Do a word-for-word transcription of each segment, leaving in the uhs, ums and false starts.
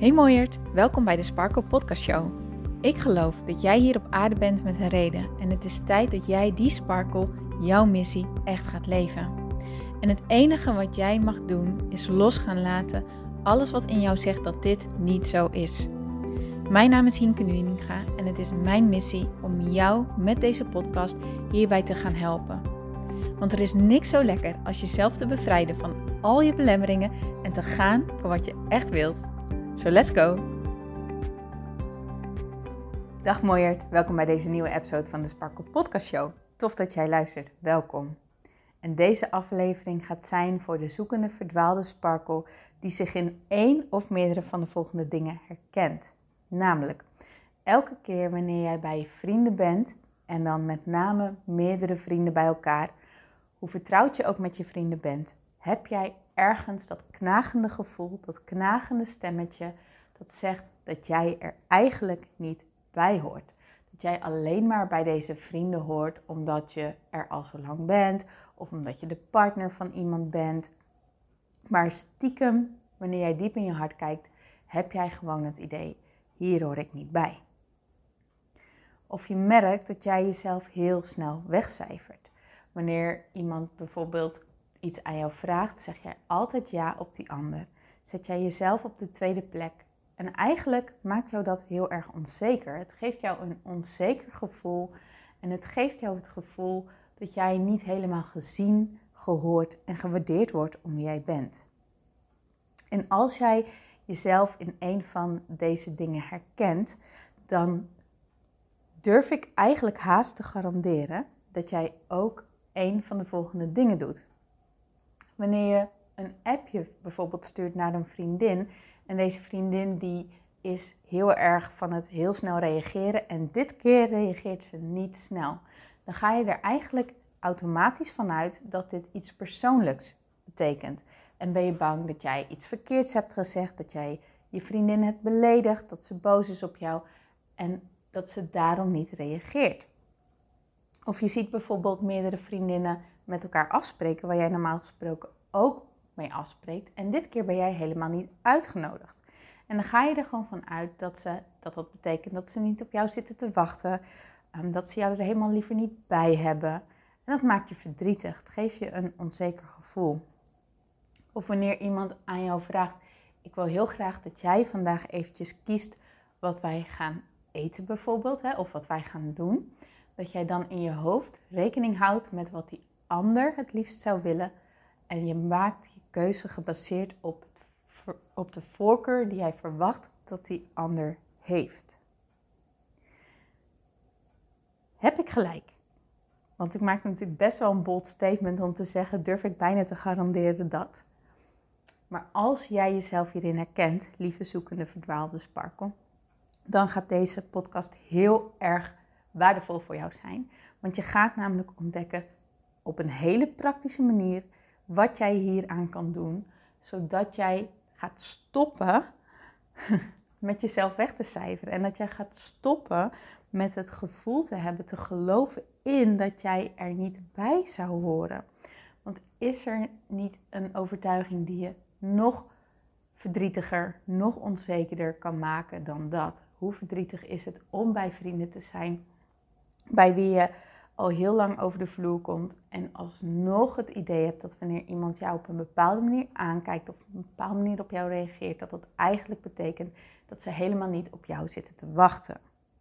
Hey mooiert, welkom bij de Sparkle Podcast Show. Ik geloof dat jij hier op aarde bent met een reden en het is tijd dat jij die sparkle, jouw missie, echt gaat leven. En het enige wat jij mag doen is los gaan laten alles wat in jou zegt dat dit niet zo is. Mijn naam is Hienke Nuninga en het is mijn missie om jou met deze podcast hierbij te gaan helpen. Want er is niks zo lekker als jezelf te bevrijden van al je belemmeringen en te gaan voor wat je echt wilt. So let's go! Dag mooiert, welkom bij deze nieuwe episode van de Sparkle Podcast Show. Tof dat jij luistert, welkom. En deze aflevering gaat zijn voor de zoekende verdwaalde sparkle die zich in één of meerdere van de volgende dingen herkent. Namelijk, elke keer wanneer jij bij je vrienden bent en dan met name meerdere vrienden bij elkaar, hoe vertrouwd je ook met je vrienden bent, heb jij ergens dat knagende gevoel, dat knagende stemmetje dat zegt dat jij er eigenlijk niet bij hoort. Dat jij alleen maar bij deze vrienden hoort omdat je er al zo lang bent of omdat je de partner van iemand bent. Maar stiekem, wanneer jij diep in je hart kijkt, heb jij gewoon het idee, hier hoor ik niet bij. Of je merkt dat jij jezelf heel snel wegcijfert. Wanneer iemand bijvoorbeeld iets aan jou vraagt, zeg jij altijd ja op die ander. Zet jij jezelf op de tweede plek. En eigenlijk maakt jou dat heel erg onzeker. Het geeft jou een onzeker gevoel. En het geeft jou het gevoel dat jij niet helemaal gezien, gehoord en gewaardeerd wordt om wie jij bent. En als jij jezelf in een van deze dingen herkent, dan durf ik eigenlijk haast te garanderen dat jij ook een van de volgende dingen doet. Wanneer je een appje bijvoorbeeld stuurt naar een vriendin en deze vriendin die is heel erg van het heel snel reageren en dit keer reageert ze niet snel, dan ga je er eigenlijk automatisch vanuit dat dit iets persoonlijks betekent. En ben je bang dat jij iets verkeerds hebt gezegd, dat jij je vriendin hebt beledigd, dat ze boos is op jou en dat ze daarom niet reageert. Of je ziet bijvoorbeeld meerdere vriendinnen met elkaar afspreken, waar jij normaal gesproken ook mee afspreekt. En dit keer ben jij helemaal niet uitgenodigd. En dan ga je er gewoon van uit dat ze, dat, dat betekent dat ze niet op jou zitten te wachten. Um, dat ze jou er helemaal liever niet bij hebben. En dat maakt je verdrietig. Het geeft je een onzeker gevoel. Of wanneer iemand aan jou vraagt, ik wil heel graag dat jij vandaag eventjes kiest wat wij gaan eten bijvoorbeeld. Hè, of wat wij gaan doen. Dat jij dan in je hoofd rekening houdt met wat die ander het liefst zou willen. En je maakt je keuze gebaseerd op, het, op de voorkeur die jij verwacht dat die ander heeft. Heb ik gelijk? Want ik maak natuurlijk best wel een bold statement om te zeggen, durf ik bijna te garanderen dat. Maar als jij jezelf hierin herkent, lieve zoekende verdwaalde sparkle, dan gaat deze podcast heel erg waardevol voor jou zijn. Want je gaat namelijk ontdekken op een hele praktische manier wat jij hieraan kan doen, zodat jij gaat stoppen met jezelf weg te cijferen. En dat jij gaat stoppen met het gevoel te hebben, te geloven in dat jij er niet bij zou horen. Want is er niet een overtuiging die je nog verdrietiger, nog onzekerder kan maken dan dat? Hoe verdrietig is het om bij vrienden te zijn bij wie je al heel lang over de vloer komt en alsnog het idee hebt dat wanneer iemand jou op een bepaalde manier aankijkt of op een bepaalde manier op jou reageert, dat dat eigenlijk betekent dat ze helemaal niet op jou zitten te wachten.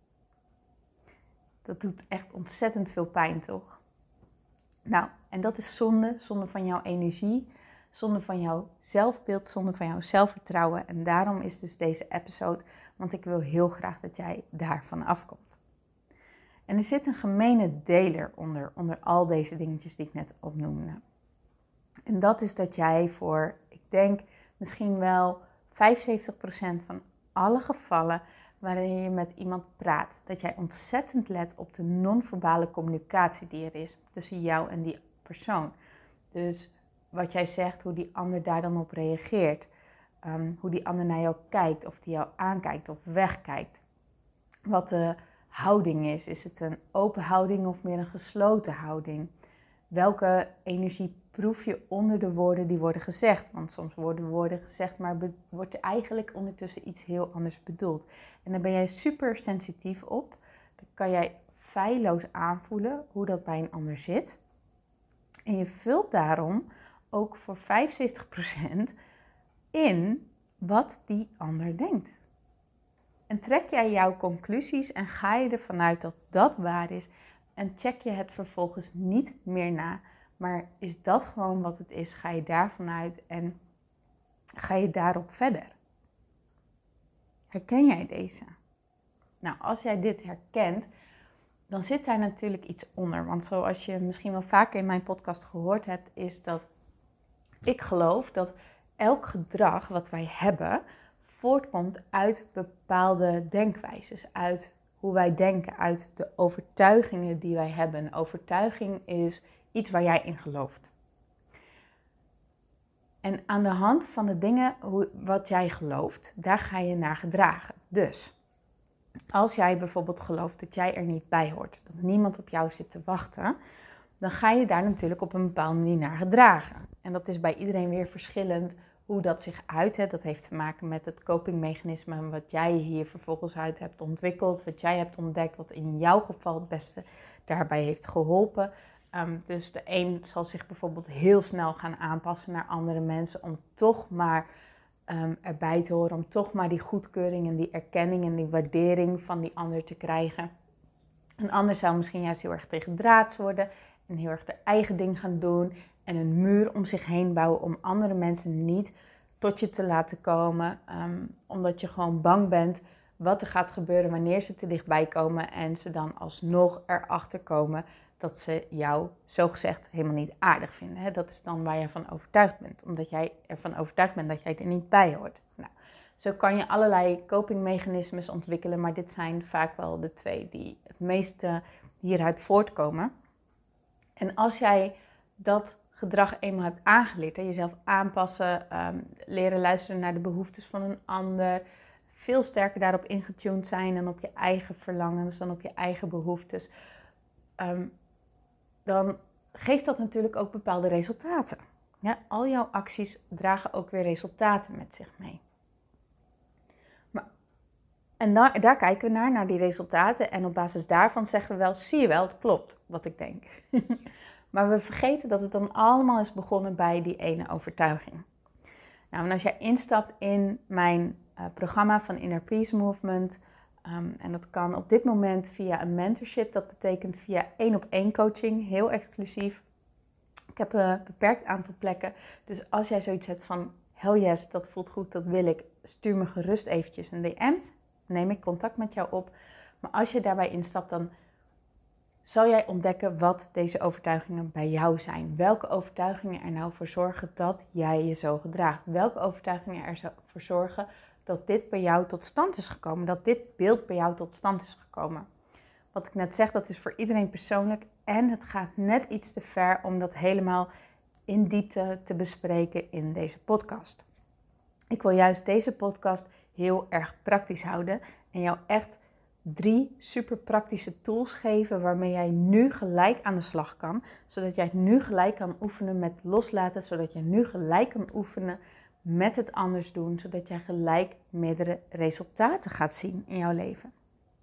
Dat doet echt ontzettend veel pijn, toch? Nou, en dat is zonde, zonde van jouw energie, zonde van jouw zelfbeeld, zonde van jouw zelfvertrouwen. En daarom is dus deze episode, want ik wil heel graag dat jij daarvan afkomt. En er zit een gemene deler onder, onder al deze dingetjes die ik net opnoemde. En dat is dat jij voor, ik denk misschien wel vijfenzeventig procent van alle gevallen waarin je met iemand praat, dat jij ontzettend let op de non-verbale communicatie die er is tussen jou en die persoon. Dus wat jij zegt, hoe die ander daar dan op reageert, um, hoe die ander naar jou kijkt, of die jou aankijkt of wegkijkt. Wat de houding is. Is het een open houding of meer een gesloten houding? Welke energie proef je onder de woorden die worden gezegd. Want soms worden woorden gezegd, maar be- wordt er eigenlijk ondertussen iets heel anders bedoeld. En dan ben jij super sensitief op. Dan kan jij feilloos aanvoelen hoe dat bij een ander zit. En je vult daarom ook voor vijfenzeventig procent in wat die ander denkt. En trek jij jouw conclusies en ga je ervan uit dat dat waar is en check je het vervolgens niet meer na, maar is dat gewoon wat het is, ga je daarvan uit en ga je daarop verder. Herken jij deze? Nou, als jij dit herkent, dan zit daar natuurlijk iets onder. Want zoals je misschien wel vaker in mijn podcast gehoord hebt, is dat ik geloof dat elk gedrag wat wij hebben voortkomt uit bepaalde denkwijzes, uit hoe wij denken, uit de overtuigingen die wij hebben. Een overtuiging is iets waar jij in gelooft. En aan de hand van de dingen hoe, wat jij gelooft, daar ga je naar gedragen. Dus als jij bijvoorbeeld gelooft dat jij er niet bij hoort, dat niemand op jou zit te wachten, dan ga je daar natuurlijk op een bepaalde manier naar gedragen. En dat is bij iedereen weer verschillend hoe dat zich uit. Dat heeft te maken met het copingmechanisme wat jij hier vervolgens uit hebt ontwikkeld, wat jij hebt ontdekt, wat in jouw geval het beste daarbij heeft geholpen. Um, dus de een zal zich bijvoorbeeld heel snel gaan aanpassen naar andere mensen om toch maar um, erbij te horen, om toch maar die goedkeuring en die erkenning en die waardering van die ander te krijgen. Een ander zou misschien juist heel erg tegendraads worden en heel erg haar eigen ding gaan doen en een muur om zich heen bouwen om andere mensen niet tot je te laten komen, um, omdat je gewoon bang bent wat er gaat gebeuren wanneer ze te dichtbij komen en ze dan alsnog erachter komen dat ze jou zogezegd helemaal niet aardig vinden. Hè? Dat is dan waar je van overtuigd bent, omdat jij ervan overtuigd bent dat jij er niet bij hoort. Nou, zo kan je allerlei copingmechanismes ontwikkelen, maar dit zijn vaak wel de twee die het meeste hieruit voortkomen. En als jij dat gedrag eenmaal hebt aangeleerd, hè, jezelf aanpassen, um, leren luisteren naar de behoeftes van een ander, veel sterker daarop ingetuned zijn dan op je eigen verlangens, dan op je eigen behoeftes, um, dan geeft dat natuurlijk ook bepaalde resultaten. Ja, al jouw acties dragen ook weer resultaten met zich mee. Maar, en daar, daar kijken we naar, naar die resultaten. En op basis daarvan zeggen we wel, zie je wel, het klopt wat ik denk. Maar we vergeten dat het dan allemaal is begonnen bij die ene overtuiging. Nou, en als jij instapt in mijn uh, programma van Inner Peace Movement, Um, en dat kan op dit moment via een mentorship. Dat betekent via één op één coaching, heel exclusief. Ik heb een beperkt aantal plekken. Dus als jij zoiets hebt van, hell yes, dat voelt goed, dat wil ik, stuur me gerust eventjes een D M. Neem ik contact met jou op. Maar als je daarbij instapt, dan zal jij ontdekken wat deze overtuigingen bij jou zijn. Welke overtuigingen er nou voor zorgen dat jij je zo gedraagt. Welke overtuigingen ervoor zorgen dat dit bij jou tot stand is gekomen. Dat dit beeld bij jou tot stand is gekomen. Wat ik net zeg, dat is voor iedereen persoonlijk. En het gaat net iets te ver om dat helemaal in diepte te bespreken in deze podcast. Ik wil juist deze podcast heel erg praktisch houden. En jou echt drie super praktische tools geven waarmee jij nu gelijk aan de slag kan. Zodat jij nu gelijk kan oefenen met loslaten. Zodat je nu gelijk kan oefenen met het anders doen, zodat jij gelijk meerdere resultaten gaat zien in jouw leven.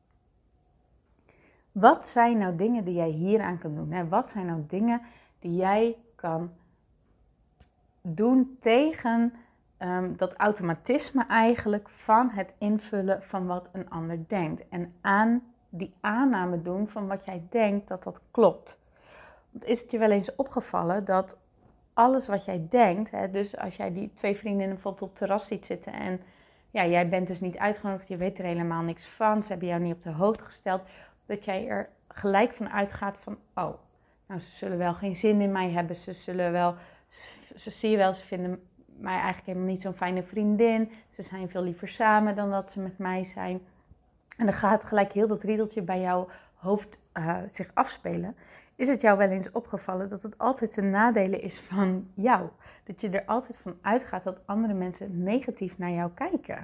Wat zijn nou dingen die jij hieraan kan doen? Hè? Wat zijn nou dingen die jij kan doen tegen um, dat automatisme eigenlijk van het invullen van wat een ander denkt. En aan die aanname doen van wat jij denkt dat dat klopt. Want is het je wel eens opgevallen dat alles wat jij denkt, hè, dus als jij die twee vriendinnen bijvoorbeeld op het terras ziet zitten en ja, jij bent dus niet uitgenodigd, je weet er helemaal niks van, ze hebben jou niet op de hoogte gesteld, dat jij er gelijk van uitgaat van, oh, nou ze zullen wel geen zin in mij hebben, ze zullen wel, ze, ze zie je wel, ze vinden mij eigenlijk helemaal niet zo'n fijne vriendin, ze zijn veel liever samen dan dat ze met mij zijn. En dan gaat gelijk heel dat riedeltje bij jouw hoofd uh, zich afspelen. Is het jou wel eens opgevallen dat het altijd ten nadele is van jou? Dat je er altijd van uitgaat dat andere mensen negatief naar jou kijken.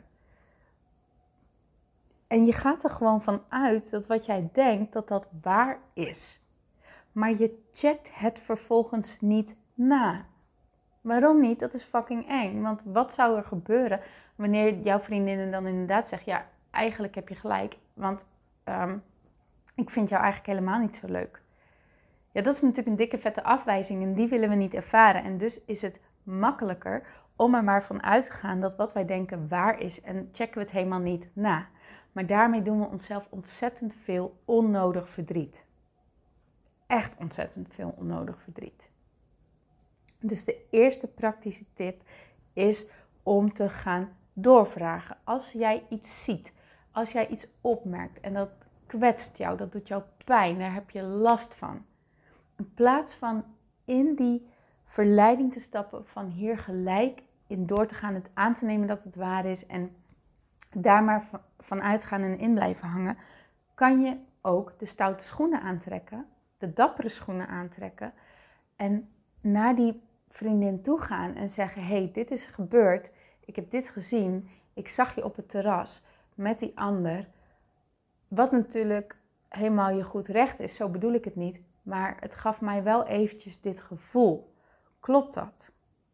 En je gaat er gewoon van uit dat wat jij denkt, dat dat waar is. Maar je checkt het vervolgens niet na. Waarom niet? Dat is fucking eng. Want wat zou er gebeuren wanneer jouw vriendinnen dan inderdaad zegt, ja, eigenlijk heb je gelijk, want um, ik vind jou eigenlijk helemaal niet zo leuk. Ja, dat is natuurlijk een dikke vette afwijzing en die willen we niet ervaren. En dus is het makkelijker om er maar van uit te gaan dat wat wij denken waar is en checken we het helemaal niet na. Maar daarmee doen we onszelf ontzettend veel onnodig verdriet. Echt ontzettend veel onnodig verdriet. Dus de eerste praktische tip is om te gaan doorvragen. Als jij iets ziet, als jij iets opmerkt en dat kwetst jou, dat doet jou pijn, daar heb je last van. In plaats van in die verleiding te stappen van hier gelijk in door te gaan, het aan te nemen dat het waar is en daar maar van uitgaan en in blijven hangen, kan je ook de stoute schoenen aantrekken, de dappere schoenen aantrekken en naar die vriendin toe gaan en zeggen, hey, dit is gebeurd, ik heb dit gezien, ik zag je op het terras met die ander, wat natuurlijk helemaal je goed recht is, zo bedoel ik het niet, maar het gaf mij wel eventjes dit gevoel. Klopt dat?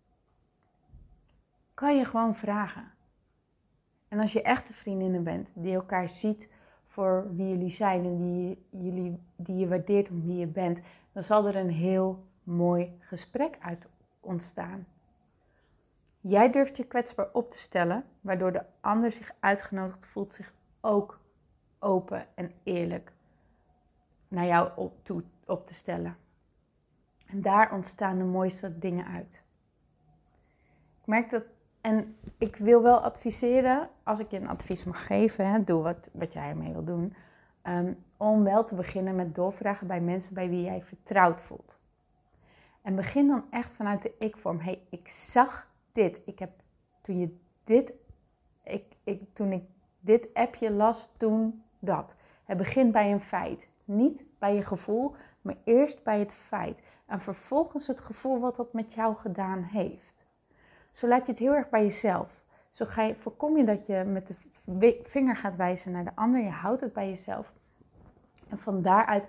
Kan je gewoon vragen. En als je echte vriendinnen bent, die elkaar ziet voor wie jullie zijn en die, jullie, die je waardeert om wie je bent, dan zal er een heel mooi gesprek uit ontstaan. Jij durft je kwetsbaar op te stellen, waardoor de ander zich uitgenodigd voelt zich ook open en eerlijk naar jou op, toe, op te stellen. En daar ontstaan de mooiste dingen uit. Ik merk dat, en ik wil wel adviseren, als ik je een advies mag geven, hè, doe wat, wat jij ermee wil doen, um, om wel te beginnen met doorvragen bij mensen bij wie jij vertrouwd voelt. En begin dan echt vanuit de ik-vorm. Hey, ik zag dit. Ik heb, toen je dit, ik, ik, toen ik dit appje las, toen dat. Het begint bij een feit. Niet bij je gevoel, maar eerst bij het feit. En vervolgens het gevoel wat dat met jou gedaan heeft. Zo laat je het heel erg bij jezelf. Zo ga je, voorkom je dat je met de vinger gaat wijzen naar de ander. Je houdt het bij jezelf. En van daaruit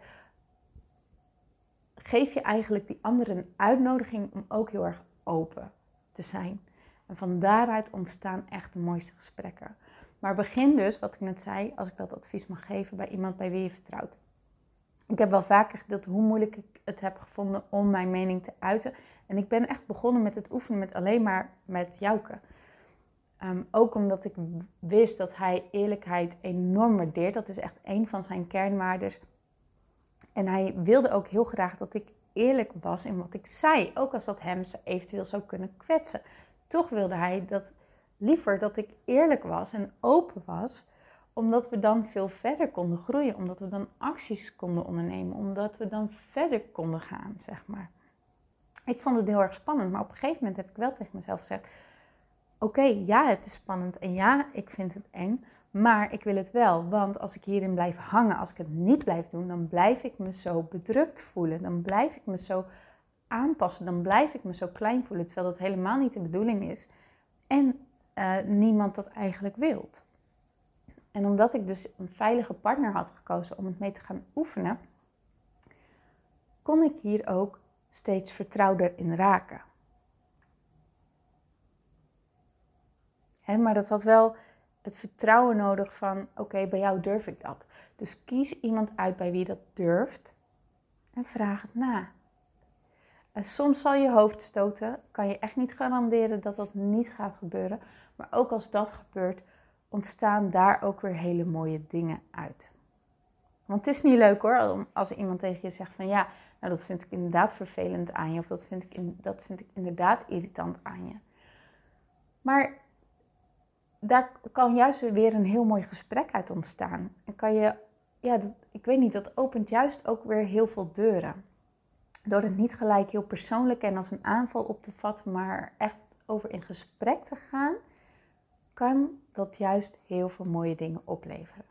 geef je eigenlijk die andere een uitnodiging om ook heel erg open te zijn. En van daaruit ontstaan echt de mooiste gesprekken. Maar begin dus, wat ik net zei, als ik dat advies mag geven, bij iemand bij wie je vertrouwt. Ik heb wel vaker gedeeld hoe moeilijk ik het heb gevonden om mijn mening te uiten. En ik ben echt begonnen met het oefenen met alleen maar met Jouke. Um, ook omdat ik wist dat hij eerlijkheid enorm waardeert. Dat is echt een van zijn kernwaarden. En hij wilde ook heel graag dat ik eerlijk was in wat ik zei. Ook als dat hem eventueel zou kunnen kwetsen. Toch wilde hij dat liever dat ik eerlijk was en open was. Omdat we dan veel verder konden groeien. Omdat we dan acties konden ondernemen. Omdat we dan verder konden gaan, zeg maar. Ik vond het heel erg spannend. Maar op een gegeven moment heb ik wel tegen mezelf gezegd. Oké, okay, ja, het is spannend. En ja, ik vind het eng. Maar ik wil het wel. Want als ik hierin blijf hangen, als ik het niet blijf doen, dan blijf ik me zo bedrukt voelen. Dan blijf ik me zo aanpassen. Dan blijf ik me zo klein voelen. Terwijl dat helemaal niet de bedoeling is. En uh, niemand dat eigenlijk wilt. En omdat ik dus een veilige partner had gekozen om het mee te gaan oefenen, kon ik hier ook steeds vertrouwder in raken. He, maar dat had wel het vertrouwen nodig van, oké, okay, bij jou durf ik dat. Dus kies iemand uit bij wie je dat durft en vraag het na. En soms zal je hoofd stoten, kan je echt niet garanderen dat dat niet gaat gebeuren. Maar ook als dat gebeurt, ontstaan daar ook weer hele mooie dingen uit. Want het is niet leuk hoor, als iemand tegen je zegt van ja, nou dat vind ik inderdaad vervelend aan je. Of dat vind ik, in, dat vind ik inderdaad irritant aan je. Maar daar kan juist weer een heel mooi gesprek uit ontstaan. En kan je, ja, dat, ik weet niet, dat opent juist ook weer heel veel deuren. Door het niet gelijk heel persoonlijk en als een aanval op te vatten, maar echt over in gesprek te gaan, kan dat juist heel veel mooie dingen opleveren.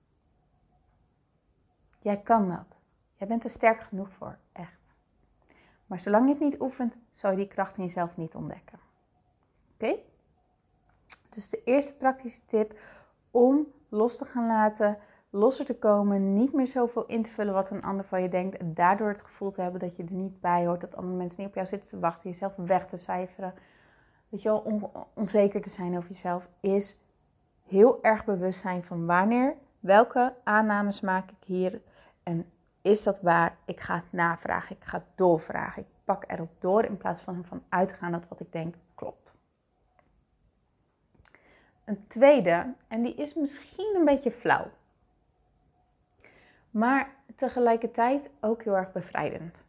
Jij kan dat. Jij bent er sterk genoeg voor, echt. Maar zolang je het niet oefent, zal je die kracht in jezelf niet ontdekken. Oké? Okay? Dus de eerste praktische tip om los te gaan laten losser te komen, niet meer zoveel in te vullen wat een ander van je denkt. En daardoor het gevoel te hebben dat je er niet bij hoort, dat andere mensen niet op jou zitten te wachten, jezelf weg te cijferen. Weet je wel, on- onzeker te zijn over jezelf, is heel erg bewust zijn van wanneer, welke aannames maak ik hier en is dat waar? Ik ga het navragen, ik ga het doorvragen, ik pak erop door in plaats van ervan uitgaan dat wat ik denk klopt. Een tweede, en die is misschien een beetje flauw, maar tegelijkertijd ook heel erg bevrijdend.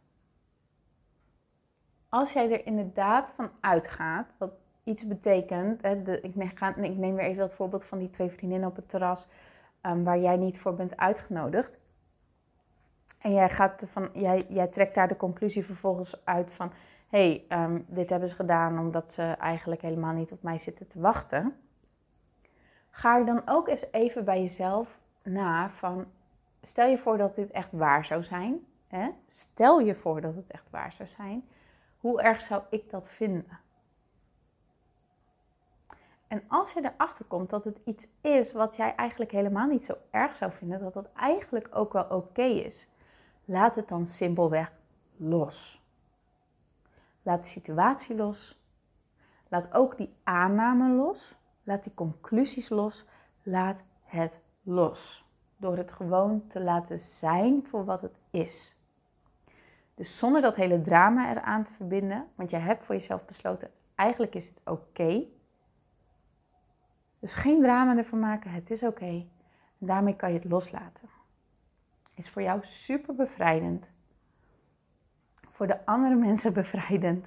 Als jij er inderdaad van uitgaat, wat iets betekent, hè, de, ik, neem, ga, ik neem weer even dat voorbeeld van die twee vriendinnen op het terras, um, waar jij niet voor bent uitgenodigd. En jij, gaat van, jij, jij trekt daar de conclusie vervolgens uit van, hé, hey, um, dit hebben ze gedaan omdat ze eigenlijk helemaal niet op mij zitten te wachten. Ga er dan ook eens even bij jezelf na van, stel je voor dat dit echt waar zou zijn. Hè? Stel je voor dat het echt waar zou zijn. Hoe erg zou ik dat vinden? En als je erachter komt dat het iets is wat jij eigenlijk helemaal niet zo erg zou vinden, dat dat eigenlijk ook wel oké is, laat het dan simpelweg los. Laat de situatie los. Laat ook die aanname los. Laat die conclusies los. Laat het los. Door het gewoon te laten zijn voor wat het is. Dus zonder dat hele drama eraan te verbinden. Want jij hebt voor jezelf besloten, eigenlijk is het oké. Dus geen drama ervan maken, het is oké. En daarmee kan je het loslaten. Is voor jou super bevrijdend. Voor de andere mensen bevrijdend.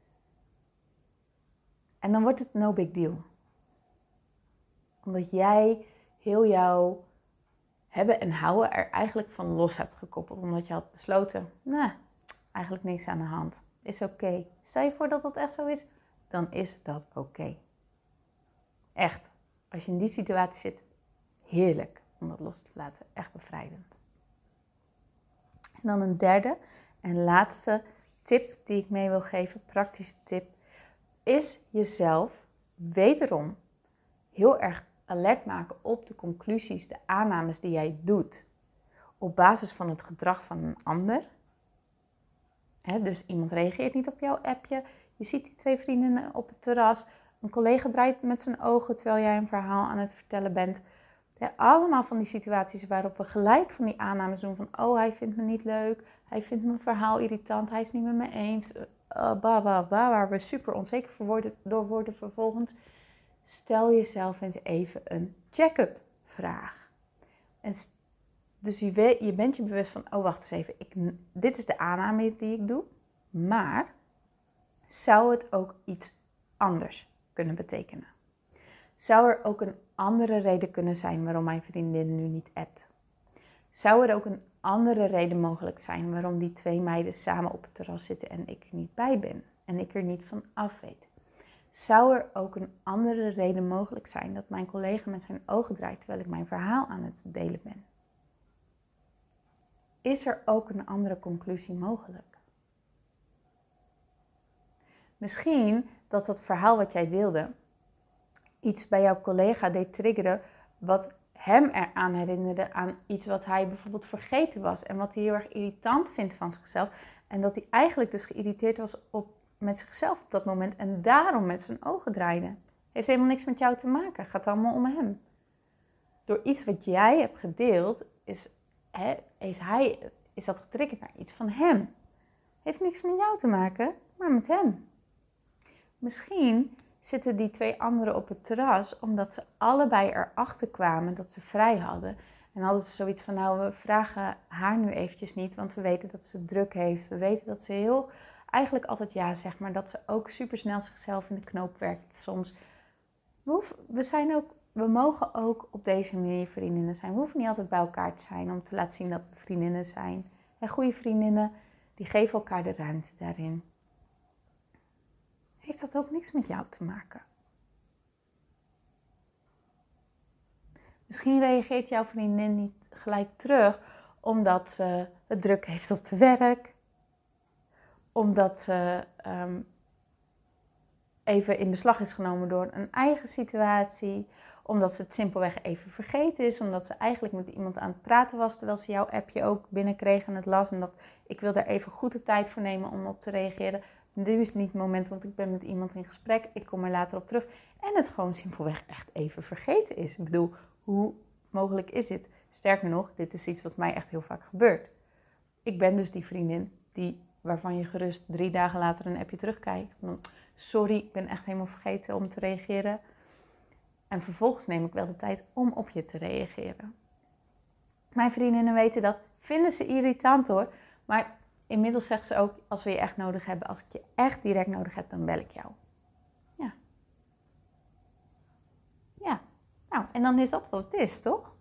En dan wordt het no big deal. Omdat jij heel jouw hebben en houden er eigenlijk van los hebt gekoppeld. Omdat je had besloten, nou, eigenlijk niks aan de hand. Is oké. Okay. Stel je voor dat dat echt zo is, dan is dat oké. Okay. Echt. Als je in die situatie zit, heerlijk om dat los te laten. Echt bevrijdend. En dan een derde en laatste tip die ik mee wil geven, praktische tip, is jezelf wederom heel erg alert maken op de conclusies, de aannames die jij doet. Op basis van het gedrag van een ander. He, dus iemand reageert niet op jouw appje. Je ziet die twee vriendinnen op het terras. Een collega draait met zijn ogen terwijl jij een verhaal aan het vertellen bent. Ja, allemaal van die situaties waarop we gelijk van die aannames doen van, oh, hij vindt me niet leuk, hij vindt mijn verhaal irritant, hij is niet met me eens, uh, bah, bah, bah, waar we super onzeker voor worden, door worden vervolgens. Stel jezelf eens even een check-up vraag. En st- dus je, weet, je bent je bewust van, oh, wacht eens even, ik, dit is de aanname die ik doe, maar zou het ook iets anders kunnen betekenen? Zou er ook een andere reden kunnen zijn waarom mijn vriendin nu niet appt? Zou er ook een andere reden mogelijk zijn waarom die twee meiden samen op het terras zitten en ik er niet bij ben en ik er niet van af weet? Zou er ook een andere reden mogelijk zijn dat mijn collega met zijn ogen draait terwijl ik mijn verhaal aan het delen ben? Is er ook een andere conclusie mogelijk? Misschien dat dat verhaal wat jij deelde iets bij jouw collega deed triggeren wat hem eraan herinnerde aan iets wat hij bijvoorbeeld vergeten was en wat hij heel erg irritant vindt van zichzelf. En dat hij eigenlijk dus geïrriteerd was op, met zichzelf op dat moment en daarom met zijn ogen draaide. Heeft helemaal niks met jou te maken, gaat allemaal om hem. Door iets wat jij hebt gedeeld, is, he, heeft hij, is dat getriggerd naar iets van hem. Heeft niks met jou te maken, maar met hem. Misschien zitten die twee anderen op het terras omdat ze allebei erachter kwamen dat ze vrij hadden. En hadden ze zoiets van, nou, we vragen haar nu eventjes niet, want we weten dat ze druk heeft. We weten dat ze heel, eigenlijk altijd ja zegt, maar dat ze ook supersnel zichzelf in de knoop werkt soms. We, hoeven, we, zijn ook, we mogen ook op deze manier vriendinnen zijn. We hoeven niet altijd bij elkaar te zijn om te laten zien dat we vriendinnen zijn. En goede vriendinnen, die geven elkaar de ruimte daarin. Heeft dat ook niks met jou te maken? Misschien reageert jouw vriendin niet gelijk terug omdat ze het druk heeft op het werk. Omdat ze um, even in beslag is genomen door een eigen situatie. omdat ze het simpelweg even vergeten is. Omdat ze eigenlijk met iemand aan het praten was, terwijl ze jouw appje ook binnenkreeg en het las. En dacht, ik wil daar even goed de tijd voor nemen om op te reageren. Nu is het niet het moment, want ik ben met iemand in gesprek. Ik kom er later op terug. En het gewoon simpelweg echt even vergeten is. Ik bedoel, hoe mogelijk is dit? Sterker nog, dit is iets wat mij echt heel vaak gebeurt. Ik ben dus die vriendin die, waarvan je gerust drie dagen later een appje terugkijkt. Sorry, ik ben echt helemaal vergeten om te reageren. En vervolgens neem ik wel de tijd om op je te reageren. Mijn vriendinnen weten dat. Vinden ze irritant hoor. Maar inmiddels zegt ze ook, als we je echt nodig hebben, als ik je echt direct nodig heb, dan bel ik jou. Ja. Ja. Nou, en dan is dat wat het is, toch?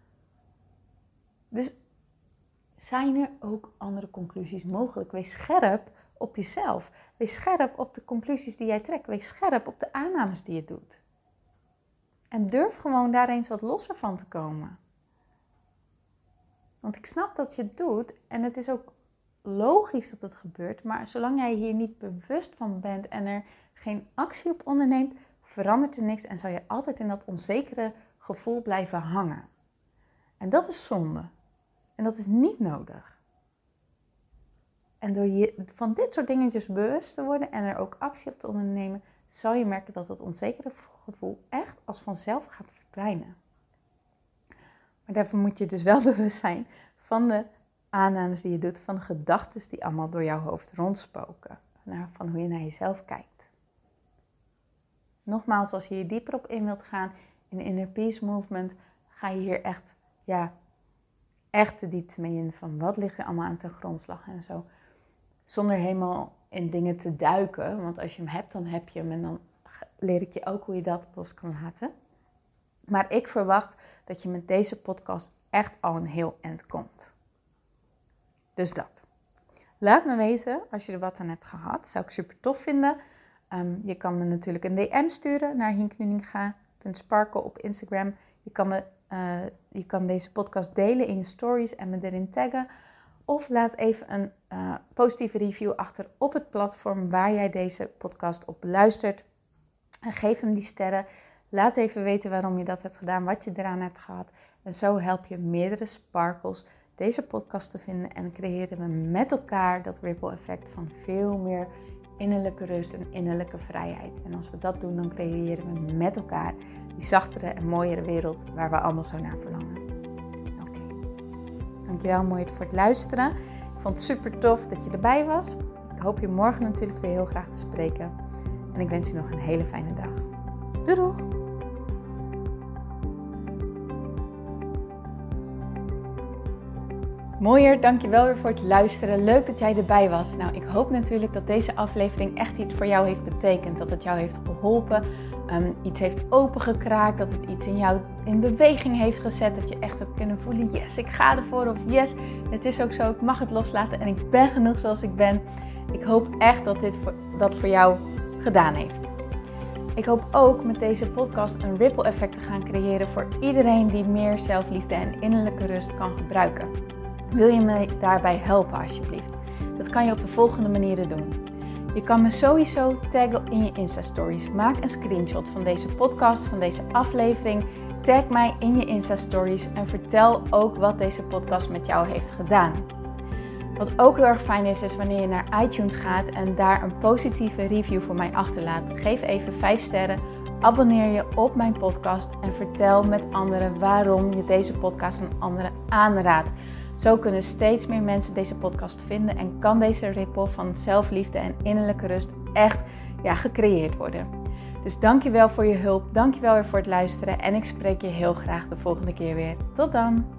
Dus zijn er ook andere conclusies mogelijk? Wees scherp op jezelf. Wees scherp op de conclusies die jij trekt. Wees scherp op de aannames die je doet. En durf gewoon daar eens wat losser van te komen. Want ik snap dat je het doet en het is ook logisch dat het gebeurt. Maar zolang jij hier niet bewust van bent en er geen actie op onderneemt, verandert er niks en zal je altijd in dat onzekere gevoel blijven hangen. En dat is zonde. En dat is niet nodig. En door je van dit soort dingetjes bewust te worden en er ook actie op te ondernemen, zal je merken dat dat onzekere gevoel echt als vanzelf gaat verdwijnen. Maar daarvoor moet je dus wel bewust zijn van de aannames die je doet, van de gedachten die allemaal door jouw hoofd rondspoken. Van hoe je naar jezelf kijkt. Nogmaals, als je hier dieper op in wilt gaan in de Inner Peace Movement, ga je hier echt, ja, echt de diepte mee in van wat ligt er allemaal aan ten grondslag en zo. Zonder helemaal in dingen te duiken, want als je hem hebt, dan heb je hem en dan leer ik je ook hoe je dat los kan laten. Maar ik verwacht dat je met deze podcast echt al een heel eind komt. Dus dat. Laat me weten als je er wat aan hebt gehad. Zou ik super tof vinden. Um, je kan me natuurlijk een D M sturen naar hinknuninga punt sparkle op Instagram. Je kan, me, uh, je kan deze podcast delen in je stories en me erin taggen. Of laat even een uh, positieve review achter op het platform waar jij deze podcast op luistert. En geef hem die sterren. Laat even weten waarom je dat hebt gedaan, wat je eraan hebt gehad. En zo help je meerdere sparkles deze podcast te vinden. En creëren we met elkaar dat ripple effect van veel meer innerlijke rust en innerlijke vrijheid. En als we dat doen, dan creëren we met elkaar die zachtere en mooiere wereld waar we allemaal zo naar verlangen. Oké. Okay. Dankjewel Mooiert voor het luisteren. Ik vond het super tof dat je erbij was. Ik hoop je morgen natuurlijk weer heel graag te spreken. En ik wens je nog een hele fijne dag. Doei doeg! Mooier, dankjewel weer voor het luisteren. Leuk dat jij erbij was. Nou, ik hoop natuurlijk dat deze aflevering echt iets voor jou heeft betekend. Dat het jou heeft geholpen, um, iets heeft opengekraakt, dat het iets in jou in beweging heeft gezet. Dat je echt hebt kunnen voelen, yes, ik ga ervoor. Of yes, het is ook zo, ik mag het loslaten en ik ben genoeg zoals ik ben. Ik hoop echt dat dit voor, dat voor jou gedaan heeft. Ik hoop ook met deze podcast een ripple effect te gaan creëren voor iedereen die meer zelfliefde en innerlijke rust kan gebruiken. Wil je me daarbij helpen alsjeblieft? Dat kan je op de volgende manieren doen. Je kan me sowieso taggen in je Insta-stories. Maak een screenshot van deze podcast, van deze aflevering. Tag mij in je Insta-stories en vertel ook wat deze podcast met jou heeft gedaan. Wat ook heel erg fijn is, is wanneer je naar iTunes gaat en daar een positieve review voor mij achterlaat. Geef even vijf sterren, abonneer je op mijn podcast en vertel met anderen waarom je deze podcast aan anderen aanraadt. Zo kunnen steeds meer mensen deze podcast vinden en kan deze ripple van zelfliefde en innerlijke rust echt ja, gecreëerd worden. Dus dankjewel voor je hulp, dankjewel weer voor het luisteren en ik spreek je heel graag de volgende keer weer. Tot dan!